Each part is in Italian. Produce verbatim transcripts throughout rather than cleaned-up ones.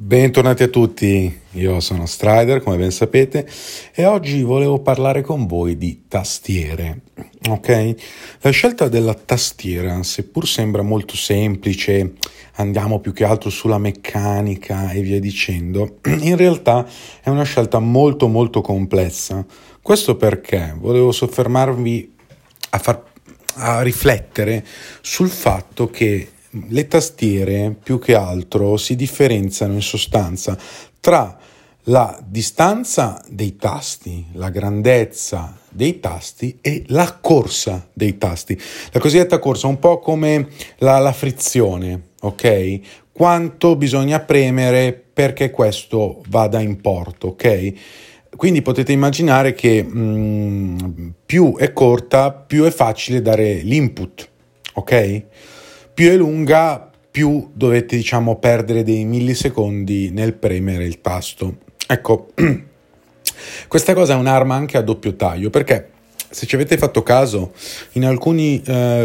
Bentornati a tutti, io sono Strider, come ben sapete, e oggi volevo parlare con voi di tastiere, ok? La scelta della tastiera, seppur sembra molto semplice, andiamo più che altro sulla meccanica e via dicendo, in realtà è una scelta molto molto complessa. Questo perché volevo soffermarvi a far a riflettere sul fatto che le tastiere più che altro si differenziano in sostanza tra la distanza dei tasti, la grandezza dei tasti e la corsa dei tasti. La cosiddetta corsa, un po' come la, la frizione, ok? Quanto bisogna premere perché questo vada in porto, ok? Quindi potete immaginare che mh, più è corta, più è facile dare l'input, ok? Più è lunga, più dovete, diciamo, perdere dei millisecondi nel premere il tasto. Ecco, questa cosa è un'arma anche a doppio taglio, perché se ci avete fatto caso, in alcuni, eh,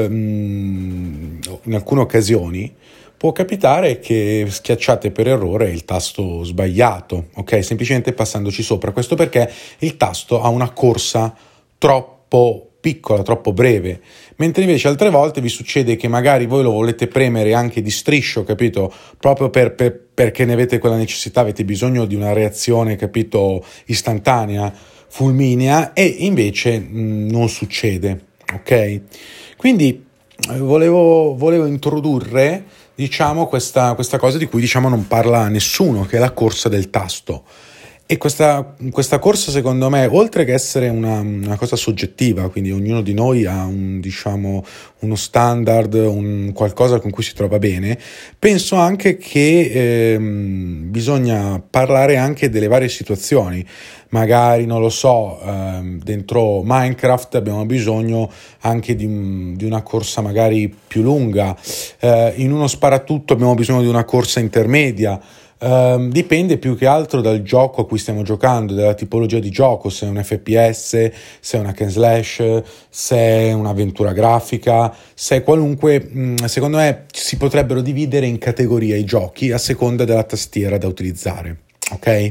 in alcune occasioni può capitare che schiacciate per errore il tasto sbagliato, ok? Semplicemente passandoci sopra. Questo perché il tasto ha una corsa troppo piccola, troppo breve, mentre invece altre volte vi succede che magari voi lo volete premere anche di striscio, capito? Proprio per, per, perché ne avete quella necessità, avete bisogno di una reazione, capito, istantanea, fulminea, e invece mh, non succede, ok? Quindi eh, volevo, volevo introdurre, diciamo, questa, questa cosa di cui, diciamo, non parla nessuno, che è la corsa del tasto. E questa, questa corsa, secondo me, oltre che essere una, una cosa soggettiva, quindi ognuno di noi ha un, diciamo, uno standard, un qualcosa con cui si trova bene, penso anche che ehm, bisogna parlare anche delle varie situazioni. Magari, non lo so, ehm, dentro Minecraft abbiamo bisogno anche di, di una corsa magari più lunga, eh, in uno sparatutto abbiamo bisogno di una corsa intermedia. Uh, dipende più che altro dal gioco a cui stiamo giocando, dalla tipologia di gioco, se è un F P S, se è una hack and slash, se è un'avventura grafica, se è qualunque. Mh, secondo me si potrebbero dividere in categorie i giochi a seconda della tastiera da utilizzare, ok?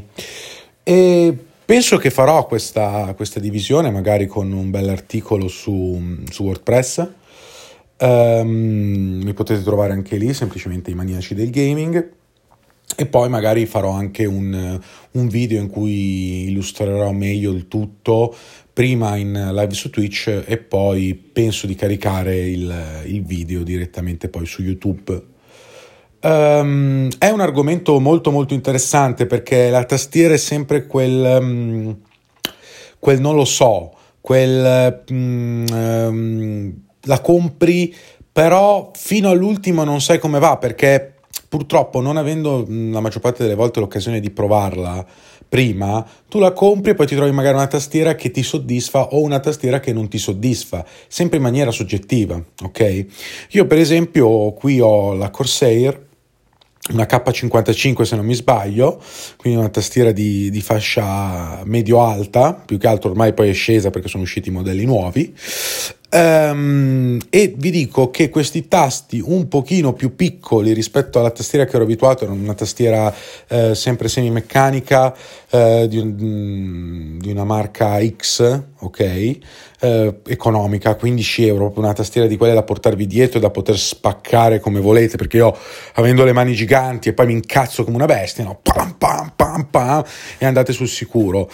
E penso che farò questa, questa divisione magari con un bell'articolo su, su WordPress. Um, mi potete trovare anche lì, semplicemente i maniaci del gaming. E poi magari farò anche un, un video in cui illustrerò meglio il tutto, prima in live su Twitch e poi penso di caricare il, il video direttamente poi su YouTube. Um, è un argomento molto molto interessante, perché la tastiera è sempre quel, um, quel non lo so, quel um, um, la compri però fino all'ultimo non sai come va, perché purtroppo, non avendo la maggior parte delle volte l'occasione di provarla prima, tu la compri e poi ti trovi magari una tastiera che ti soddisfa o una tastiera che non ti soddisfa, sempre in maniera soggettiva, ok? Io per esempio qui ho la Corsair, una K cinquantacinque se non mi sbaglio, quindi una tastiera di, di fascia medio-alta, più che altro ormai poi è scesa perché sono usciti i modelli nuovi. Um, e vi dico che questi tasti un pochino più piccoli rispetto alla tastiera che ero abituato, era una tastiera eh, sempre semimeccanica eh, di, un, di una marca X, ok, eh, economica, quindici euro, proprio una tastiera di quelle da portarvi dietro e da poter spaccare come volete, perché io, avendo le mani giganti e poi mi incazzo come una bestia, no? Pam, pam, pam, pam, e andate sul sicuro.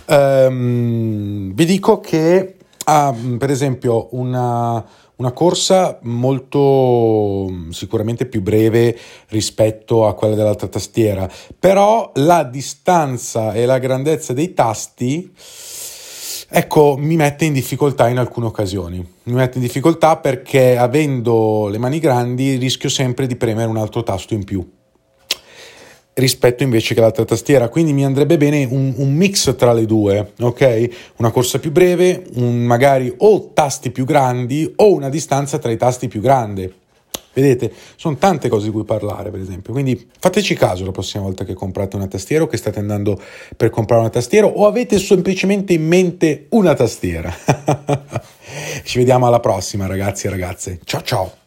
Um, vi dico che ha, per esempio, una, una corsa molto sicuramente più breve rispetto a quella dell'altra tastiera, però la distanza e la grandezza dei tasti, ecco, mi mette in difficoltà in alcune occasioni. Mi mette in difficoltà perché, avendo le mani grandi, rischio sempre di premere un altro tasto in più rispetto invece che l'altra tastiera, quindi mi andrebbe bene un, un mix tra le due, ok? Una corsa più breve, un magari o tasti più grandi o una distanza tra i tasti più grande. Vedete, sono tante cose di cui parlare, per esempio, quindi fateci caso la prossima volta che comprate una tastiera o che state andando per comprare una tastiera o avete semplicemente in mente una tastiera. Ci vediamo alla prossima, ragazzi e ragazze. Ciao ciao!